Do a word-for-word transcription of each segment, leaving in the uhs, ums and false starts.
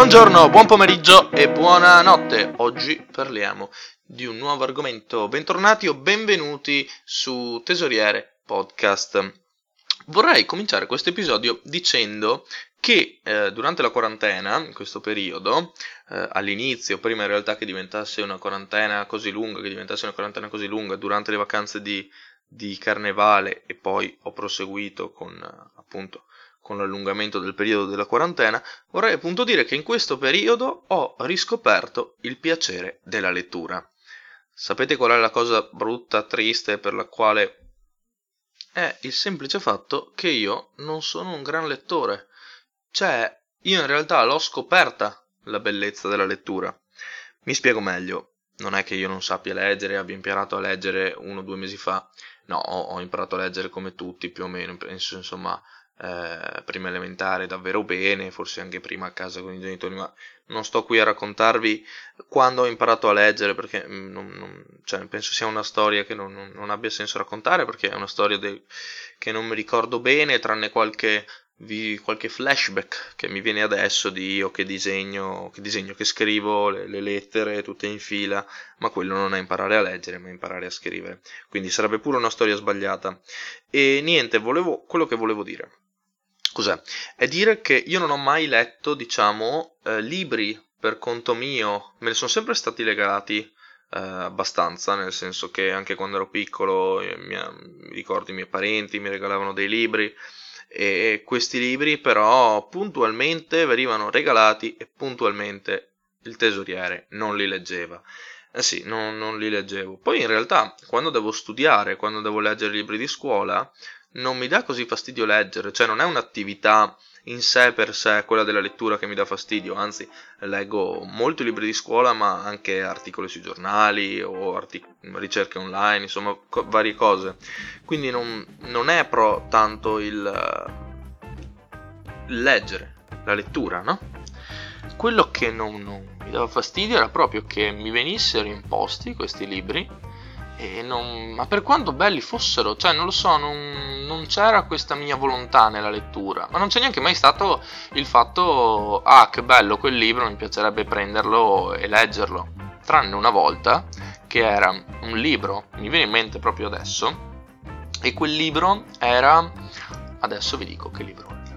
Buongiorno, buon pomeriggio e buonanotte. Oggi parliamo di un nuovo argomento. Bentornati o benvenuti su Tesoriere Podcast. Vorrei cominciare questo episodio dicendo che eh, durante la quarantena, in questo periodo, eh, all'inizio, prima in realtà che diventasse una quarantena così lunga, che diventasse una quarantena così lunga, durante le vacanze di, di Carnevale, e poi ho proseguito con eh, appunto con l'allungamento del periodo della quarantena, vorrei appunto dire che in questo periodo ho riscoperto il piacere della lettura. Sapete qual è la cosa brutta, triste, per la quale è il semplice fatto che io non sono un gran lettore. Cioè, io in realtà l'ho scoperta la bellezza della lettura. Mi spiego meglio. Non è che io non sappia leggere, abbia imparato a leggere uno o due mesi fa. No, ho, ho imparato a leggere come tutti, più o meno, penso, insomma, eh, prima elementare davvero bene, forse anche prima a casa con i genitori, ma non sto qui a raccontarvi quando ho imparato a leggere, perché non, non, cioè, penso sia una storia che non, non, non abbia senso raccontare, perché è una storia de, che non mi ricordo bene, tranne qualche, vi, qualche flashback che mi viene adesso di io che disegno, che, disegno, che scrivo le, le lettere tutte in fila, ma quello non è imparare a leggere, ma imparare a scrivere, quindi sarebbe pure una storia sbagliata. E niente, volevo, quello che volevo dire cos'è? È dire che io non ho mai letto, diciamo, eh, libri per conto mio, me ne sono sempre stati legati eh, abbastanza, nel senso che anche quando ero piccolo eh, mi, mi ricordo i miei parenti mi regalavano dei libri, e questi libri però puntualmente venivano regalati e puntualmente il tesoriere non li leggeva. Eh sì, non, non li leggevo. Poi in realtà quando devo studiare, quando devo leggere libri di scuola, non mi dà così fastidio leggere, cioè non è un'attività in sé per sé quella della lettura che mi dà fastidio, anzi leggo molti libri di scuola, ma anche articoli sui giornali o artic- ricerche online, insomma co- varie cose, quindi non, non è pro tanto il, il leggere, la lettura, no? Quello che non, non mi dava fastidio era proprio che mi venissero imposti questi libri. E non, ma per quanto belli fossero, cioè non lo so, non, non c'era questa mia volontà nella lettura, ma non c'è neanche mai stato il fatto, ah che bello quel libro, mi piacerebbe prenderlo e leggerlo, tranne una volta che era un libro, mi viene in mente proprio adesso, e quel libro era, adesso vi dico che libro era,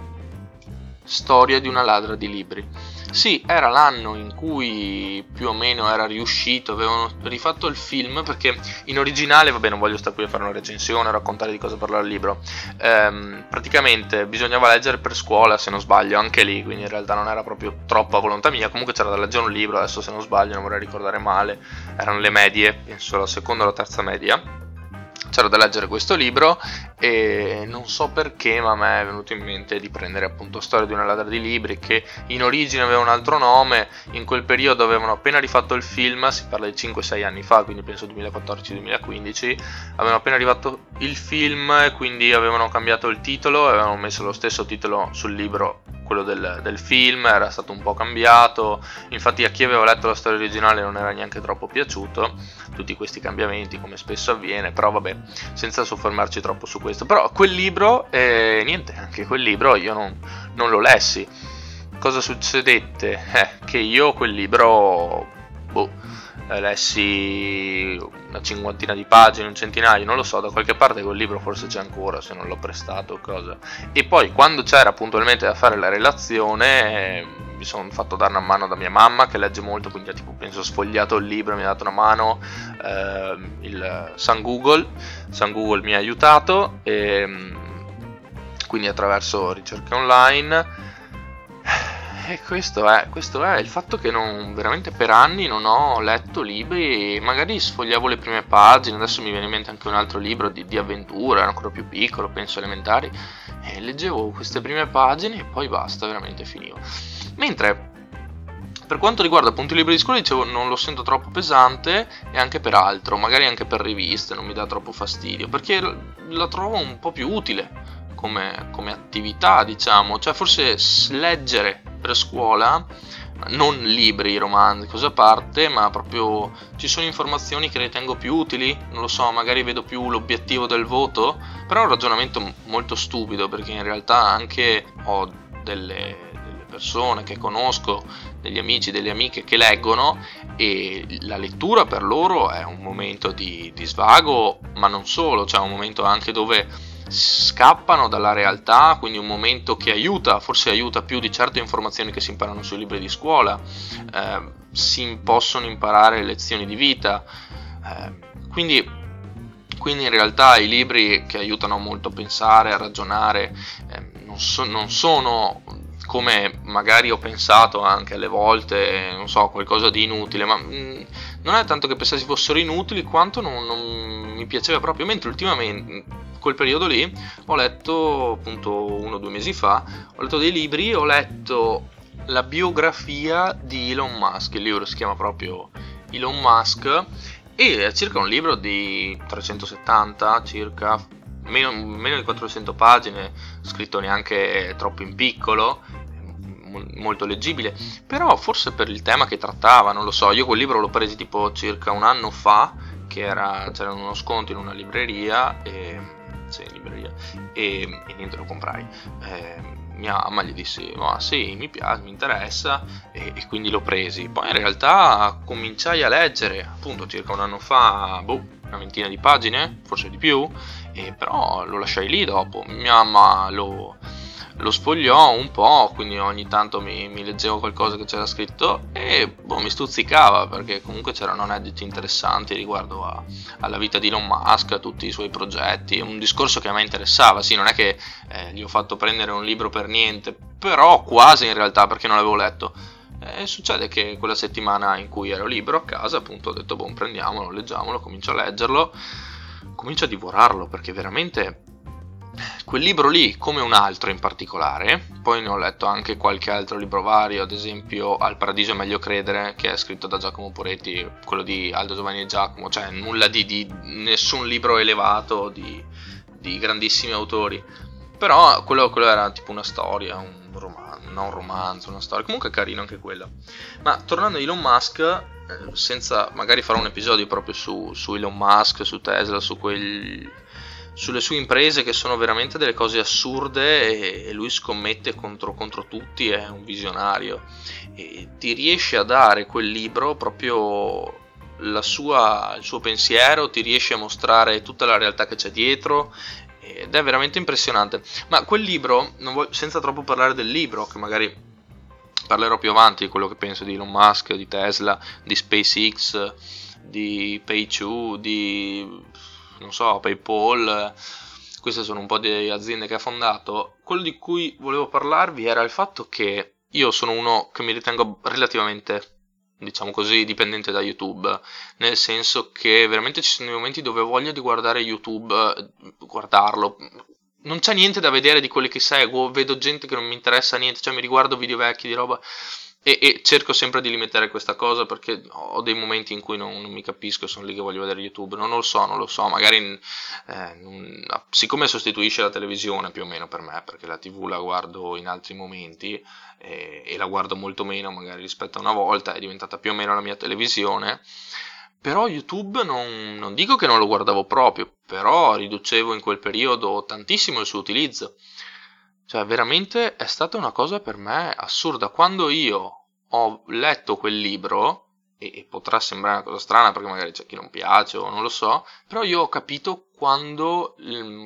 Storia di una ladra di libri. Sì, era l'anno in cui più o meno era riuscito, avevano rifatto il film, perché in originale, vabbè non voglio stare qui a fare una recensione, raccontare di cosa parlava il libro, ehm, praticamente bisognava leggere per scuola, se non sbaglio, anche lì, quindi in realtà non era proprio troppa volontà mia, comunque c'era da leggere un libro, adesso se non sbaglio, non vorrei ricordare male, erano le medie, penso la seconda o la terza media. C'era da leggere questo libro e non so perché, ma a me è venuto in mente di prendere appunto Storia di una ladra di libri, che in origine aveva un altro nome. In quel periodo avevano appena rifatto il film, si parla di cinque sei anni fa, quindi penso duemilaquattordici duemilaquindici, avevano appena rifatto il film e quindi avevano cambiato il titolo, avevano messo lo stesso titolo sul libro, quello del, del film, era stato un po' cambiato, infatti a chi aveva letto la storia originale non era neanche troppo piaciuto tutti questi cambiamenti, come spesso avviene, però vabbè, senza soffermarci troppo su questo. Però quel libro, eh, niente, anche quel libro io non, non lo lessi. Cosa succedette? Eh, che io quel libro, boh, lessi una cinquantina di pagine, un centinaio, non lo so, da qualche parte quel libro forse c'è ancora, se non l'ho prestato o cosa. E poi quando c'era puntualmente da fare la relazione, eh, mi sono fatto dare una mano da mia mamma, che legge molto, quindi ha tipo, penso, sfogliato il libro, mi ha dato una mano, eh, il San Google, San Google mi ha aiutato, e quindi attraverso ricerche online. E questo è, questo è il fatto che non, veramente per anni non ho letto libri, magari sfogliavo le prime pagine, adesso mi viene in mente anche un altro libro di, di avventura, ero ancora più piccolo, penso elementari, e leggevo queste prime pagine e poi basta, veramente finivo. Mentre per quanto riguarda appunto i libri di scuola, dicevo, non lo sento troppo pesante, e anche per altro, magari anche per riviste, non mi dà troppo fastidio, perché la trovo un po' più utile come, come attività, diciamo, cioè forse leggere per scuola, non libri, romanzi, cose a parte, ma proprio ci sono informazioni che ritengo più utili, non lo so, magari vedo più l'obiettivo del voto, però è un ragionamento molto stupido, perché in realtà anche ho delle, delle persone che conosco, degli amici, delle amiche che leggono, e la lettura per loro è un momento di, di svago, ma non solo, cioè un momento anche dove scappano dalla realtà, quindi un momento che aiuta, forse aiuta più di certe informazioni che si imparano sui libri di scuola. Eh, si possono imparare lezioni di vita, eh, quindi, quindi in realtà i libri che aiutano molto a pensare, a ragionare, eh, non, so, non sono, come magari ho pensato anche alle volte, non so, qualcosa di inutile, ma mh, non è tanto che pensassi fossero inutili quanto non, non mi piaceva proprio, mentre ultimamente, quel periodo lì, ho letto appunto uno o due mesi fa, ho letto dei libri, ho letto la biografia di Elon Musk, il libro si chiama proprio Elon Musk, e è circa un libro di trecentosettanta, circa, meno, meno di quattrocento pagine, scritto neanche troppo in piccolo, molto leggibile, però forse per il tema che trattava, non lo so, io quel libro l'ho preso tipo circa un anno fa, che era, c'era uno sconto in una libreria, e, sì, libreria, e, e niente, lo comprai. Eh, mia mamma gli disse, ma sì, mi piace, mi interessa, e, e quindi l'ho presi. Poi in realtà cominciai a leggere, appunto circa un anno fa, boh, una ventina di pagine, forse di più, e però lo lasciai lì dopo. Mia mamma lo... lo sfogliò un po', quindi ogni tanto mi, mi leggevo qualcosa che c'era scritto e boh, mi stuzzicava, perché comunque c'erano aneddoti interessanti riguardo a, alla vita di Elon Musk, a tutti i suoi progetti, un discorso che a me interessava. Sì, non è che eh, gli ho fatto prendere un libro per niente, però quasi in realtà, perché non l'avevo letto. E succede che quella settimana in cui ero libero a casa, appunto, ho detto, boh, prendiamolo, leggiamolo, comincio a leggerlo, comincio a divorarlo, perché veramente quel libro lì, come un altro in particolare, poi ne ho letto anche qualche altro libro vario, ad esempio Al Paradiso è meglio credere, che è scritto da Giacomo Poretti, quello di Aldo Giovanni e Giacomo, cioè nulla di, di nessun libro elevato di, di grandissimi autori, però quello, quello era tipo una storia, un romanzo, non un romanzo, una storia, comunque carino anche quella. Ma tornando a Elon Musk, eh, senza magari fare un episodio proprio su, su Elon Musk, su Tesla, su quel... sulle sue imprese, che sono veramente delle cose assurde, e lui scommette contro, contro tutti, è un visionario, e ti riesce a dare quel libro proprio la sua, il suo pensiero, ti riesce a mostrare tutta la realtà che c'è dietro, ed è veramente impressionante. Ma quel libro, non voglio, senza troppo parlare del libro, che magari parlerò più avanti di quello che penso di Elon Musk, di Tesla, di SpaceX, di Pay two, di non so, PayPal, queste sono un po' di aziende che ha fondato. Quello di cui volevo parlarvi era il fatto che io sono uno che mi ritengo relativamente, diciamo così, dipendente da YouTube, nel senso che veramente ci sono dei momenti dove ho voglia di guardare YouTube, guardarlo, non c'è niente da vedere di quelli che seguo, vedo gente che non mi interessa niente, cioè mi riguardo video vecchi di roba, E, e cerco sempre di limitare questa cosa, perché ho dei momenti in cui non, non mi capisco, sono lì che voglio vedere YouTube, non lo so, non lo so, magari eh, non, siccome sostituisce la televisione più o meno per me, perché la tivù la guardo in altri momenti, eh, e la guardo molto meno magari rispetto a una volta, è diventata più o meno la mia televisione, però YouTube non, non dico che non lo guardavo proprio, però riducevo in quel periodo tantissimo il suo utilizzo. Cioè, veramente è stata una cosa per me assurda. Quando io ho letto quel libro, e, e potrà sembrare una cosa strana perché magari c'è chi non piace o non lo so, però io ho capito quando mm,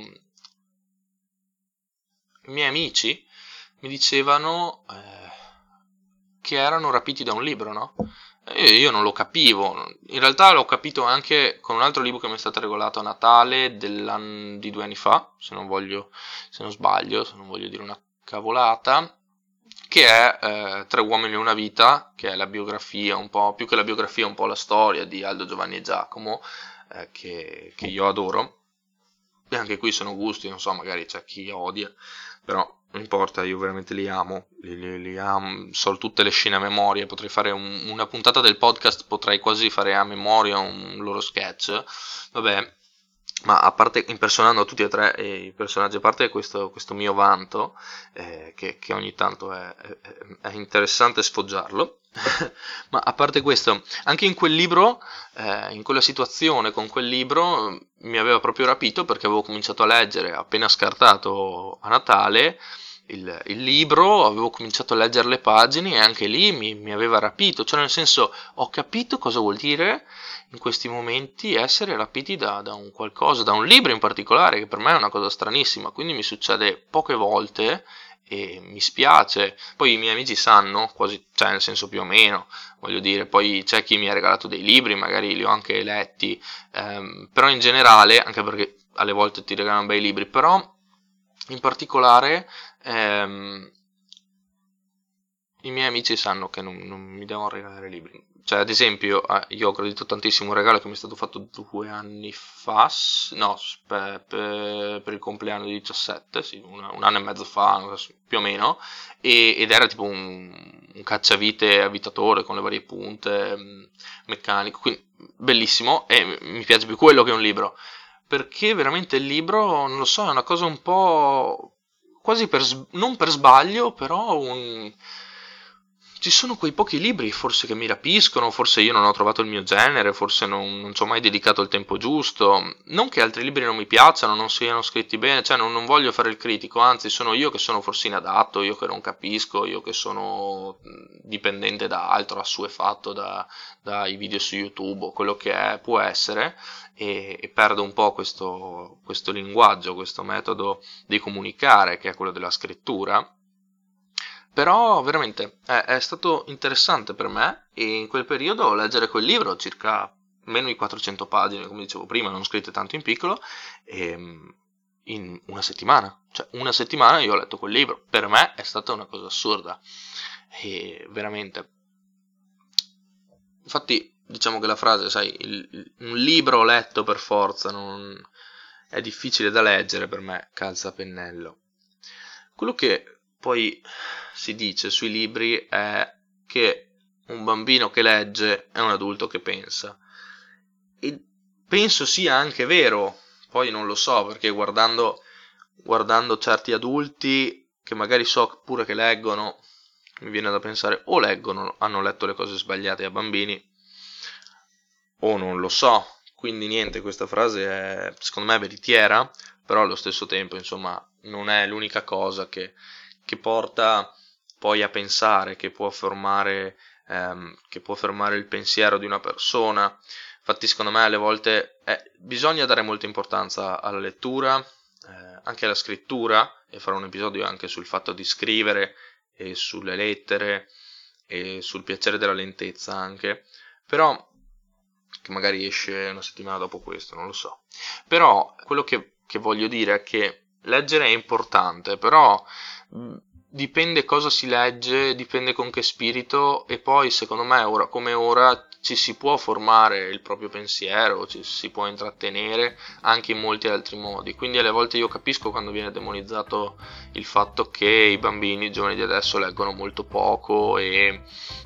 i miei amici mi dicevano eh, che erano rapiti da un libro, no? E io non lo capivo. In realtà l'ho capito anche con un altro libro che mi è stato regalato a Natale di due anni fa, se non voglio, se non sbaglio, se non voglio dire una cavolata, che è eh, Tre uomini e una vita, che è la biografia, un po' più che la biografia, un po' la storia di Aldo Giovanni e Giacomo, eh, che, che io adoro. E anche qui sono gusti, non so, magari c'è chi odia, però non importa, io veramente li amo, li, li, li amo, so tutte le scene a memoria, potrei fare un, una puntata del podcast, potrei quasi fare a memoria un loro sketch, vabbè, ma a parte, impersonando tutti e tre i personaggi, a parte questo, questo mio vanto, eh, che, che ogni tanto è, è, è interessante sfoggiarlo, ma a parte questo, anche in quel libro, eh, in quella situazione con quel libro, mi aveva proprio rapito, perché avevo cominciato a leggere appena scartato a Natale, il, il libro, avevo cominciato a leggere le pagine e anche lì mi, mi aveva rapito, cioè nel senso ho capito cosa vuol dire in questi momenti essere rapiti da, da un qualcosa, da un libro in particolare, che per me è una cosa stranissima, quindi mi succede poche volte e mi spiace. Poi i miei amici sanno, quasi, cioè nel senso più o meno, voglio dire, poi c'è chi mi ha regalato dei libri, magari li ho anche letti, ehm, però in generale, anche perché alle volte ti regalano bei libri, però in particolare ehm, i miei amici sanno che non, non mi devono regalare libri. Cioè, ad esempio, eh, io ho gradito tantissimo un regalo che mi è stato fatto due anni fa, s- no, spe- per, per il compleanno di diciassette, sì, un, un anno e mezzo fa, non so, più o meno, e- ed era tipo un, un cacciavite abitatore con le varie punte, mh, meccanico, quindi bellissimo, e mi piace più quello che un libro, perché veramente il libro, non lo so, è una cosa un po' quasi per, s- non per sbaglio, però un... ci sono quei pochi libri forse che mi rapiscono, forse io non ho trovato il mio genere, forse non, non ci ho mai dedicato il tempo giusto. Non che altri libri non mi piacciono, non siano scritti bene, cioè non, non voglio fare il critico, anzi sono io che sono forse inadatto, io che non capisco, io che sono dipendente da altro, assuefatto da, dai video su YouTube o quello che è, può essere, e, e perdo un po' questo, questo linguaggio, questo metodo di comunicare che è quello della scrittura. Però veramente è, è stato interessante per me e in quel periodo leggere quel libro, circa meno di quattrocento pagine, come dicevo prima, non scritte tanto in piccolo, ehm, in una settimana. Cioè, una settimana io ho letto quel libro. Per me è stata una cosa assurda. E veramente. Infatti, diciamo che la frase, sai, il- il- un libro letto per forza non è difficile da leggere per me, calza a pennello. Quello che poi si dice sui libri è che un bambino che legge è un adulto che pensa. E penso sia anche vero, poi non lo so, perché guardando, guardando certi adulti che magari so pure che leggono, mi viene da pensare o leggono, hanno letto le cose sbagliate a bambini, o non lo so. Quindi niente, questa frase è secondo me veritiera, però allo stesso tempo, insomma, non è l'unica cosa che, che porta poi a pensare, che può formare, ehm, che può fermare il pensiero di una persona. Infatti, secondo me, alle volte eh, bisogna dare molta importanza alla lettura, eh, anche alla scrittura, e farò un episodio anche sul fatto di scrivere e sulle lettere e sul piacere della lentezza anche, però che magari esce una settimana dopo questo, non lo so. Però quello che, che voglio dire è che leggere è importante, però mh, dipende cosa si legge, dipende con che spirito e poi secondo me ora come ora ci si può formare il proprio pensiero, ci si può intrattenere anche in molti altri modi. Quindi alle volte io capisco quando viene demonizzato il fatto che i bambini, i giovani di adesso leggono molto poco e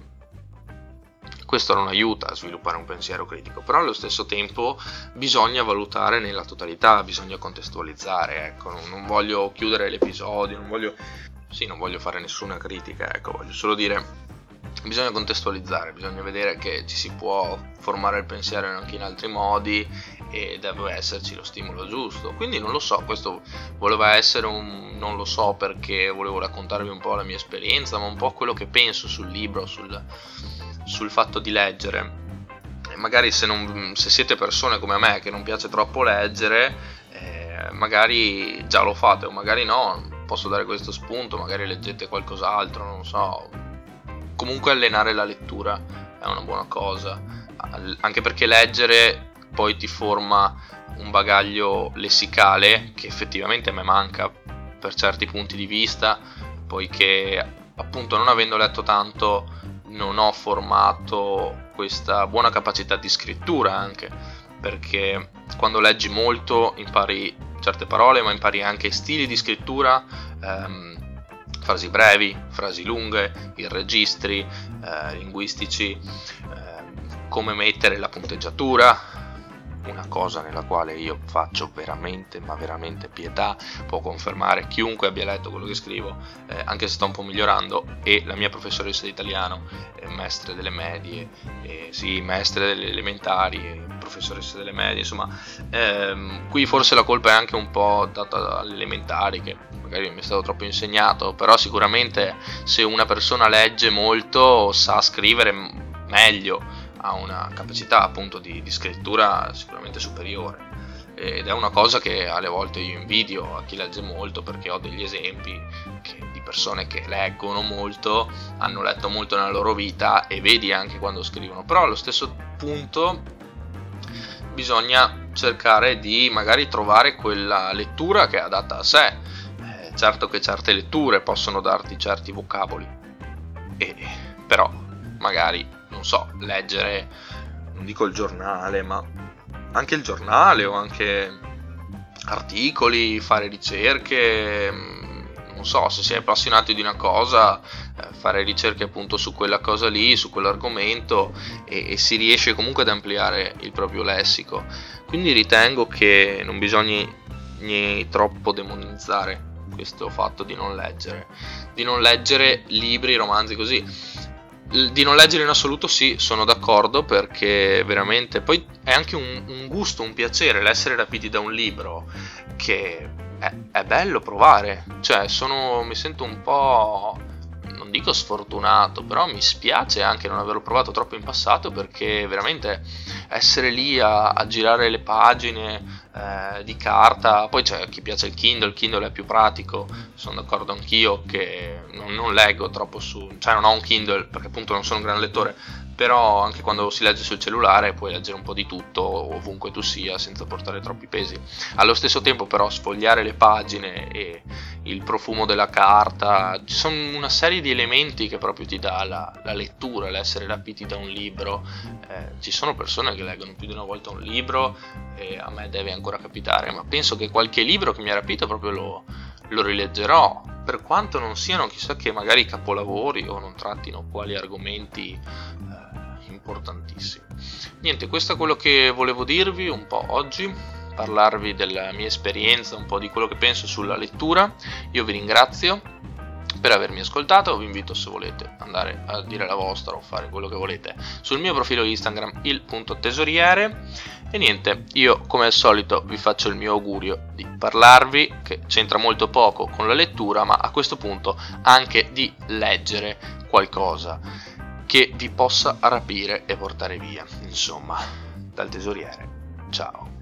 questo non aiuta a sviluppare un pensiero critico, però allo stesso tempo bisogna valutare nella totalità, bisogna contestualizzare, ecco, non, non voglio chiudere l'episodio, non voglio, sì, non voglio fare nessuna critica, ecco, voglio solo dire bisogna contestualizzare, bisogna vedere che ci si può formare il pensiero anche in altri modi e deve esserci lo stimolo giusto. Quindi non lo so, questo voleva essere un non lo so perché volevo raccontarvi un po' la mia esperienza, ma un po' quello che penso sul libro, sul, sul fatto di leggere. E magari se, non, se siete persone come me che non piace troppo leggere, eh, magari già lo fate o magari no, posso dare questo spunto, magari leggete qualcos'altro, non so. Comunque allenare la lettura è una buona cosa, anche perché leggere poi ti forma un bagaglio lessicale che effettivamente a me manca per certi punti di vista, poiché appunto non avendo letto tanto non ho formato questa buona capacità di scrittura anche, perché quando leggi molto impari certe parole, ma impari anche stili di scrittura, ehm, frasi brevi, frasi lunghe, i registri eh, linguistici, eh, come mettere la punteggiatura, una cosa nella quale io faccio veramente, ma veramente pietà, può confermare chiunque abbia letto quello che scrivo, eh, anche se sto un po' migliorando, e la mia professoressa di italiano, eh, mestre delle medie, eh, sì, mestre delle elementari, professoressa delle medie, insomma, ehm, qui forse la colpa è anche un po' data alle elementari, che magari mi è stato troppo insegnato, però sicuramente se una persona legge molto sa scrivere meglio, ha una capacità appunto di, di scrittura sicuramente superiore, ed è una cosa che alle volte io invidio a chi legge molto, perché ho degli esempi che, di persone che leggono molto, hanno letto molto nella loro vita e vedi anche quando scrivono, però allo stesso punto bisogna cercare di magari trovare quella lettura che è adatta a sé. Eh, certo che certe letture possono darti certi vocaboli, e, però magari, non so, leggere, non dico il giornale, ma anche il giornale o anche articoli, fare ricerche, non so, se si è appassionati di una cosa, fare ricerche appunto su quella cosa lì, su quell'argomento, e, e si riesce comunque ad ampliare il proprio lessico. Quindi ritengo che non bisogna troppo demonizzare questo fatto di non leggere, di non leggere libri, romanzi così. Di non leggere in assoluto sì, sono d'accordo, perché veramente poi è anche un, un gusto, un piacere l'essere rapiti da un libro, che è, è bello provare. Cioè sono, mi sento un po', non dico sfortunato, però mi spiace anche non averlo provato troppo in passato, perché veramente essere lì a, a girare le pagine eh, di carta, poi c'è chi piace il Kindle, il Kindle è più pratico, sono d'accordo anch'io che non, non leggo troppo su, cioè non ho un Kindle perché appunto non sono un gran lettore, però anche quando si legge sul cellulare puoi leggere un po' di tutto ovunque tu sia senza portare troppi pesi. Allo stesso tempo però sfogliare le pagine e il profumo della carta, ci sono una serie di elementi che proprio ti dà la, la lettura, l'essere rapiti da un libro. Eh, ci sono persone che leggono più di una volta un libro, e a me deve ancora capitare, ma penso che qualche libro che mi ha rapito proprio lo, lo rileggerò, per quanto non siano chissà che magari capolavori o non trattino quali argomenti eh, importantissimi. Niente, questo è quello che volevo dirvi un po' oggi, parlarvi della mia esperienza, un po' di quello che penso sulla lettura. Io vi ringrazio per avermi ascoltato, vi invito, se volete, andare a dire la vostra o fare quello che volete sul mio profilo Instagram, il punto tesoriere. E niente, io come al solito vi faccio il mio augurio di parlarvi, che c'entra molto poco con la lettura, ma a questo punto anche di leggere qualcosa che vi possa rapire e portare via, insomma, dal tesoriere. Ciao.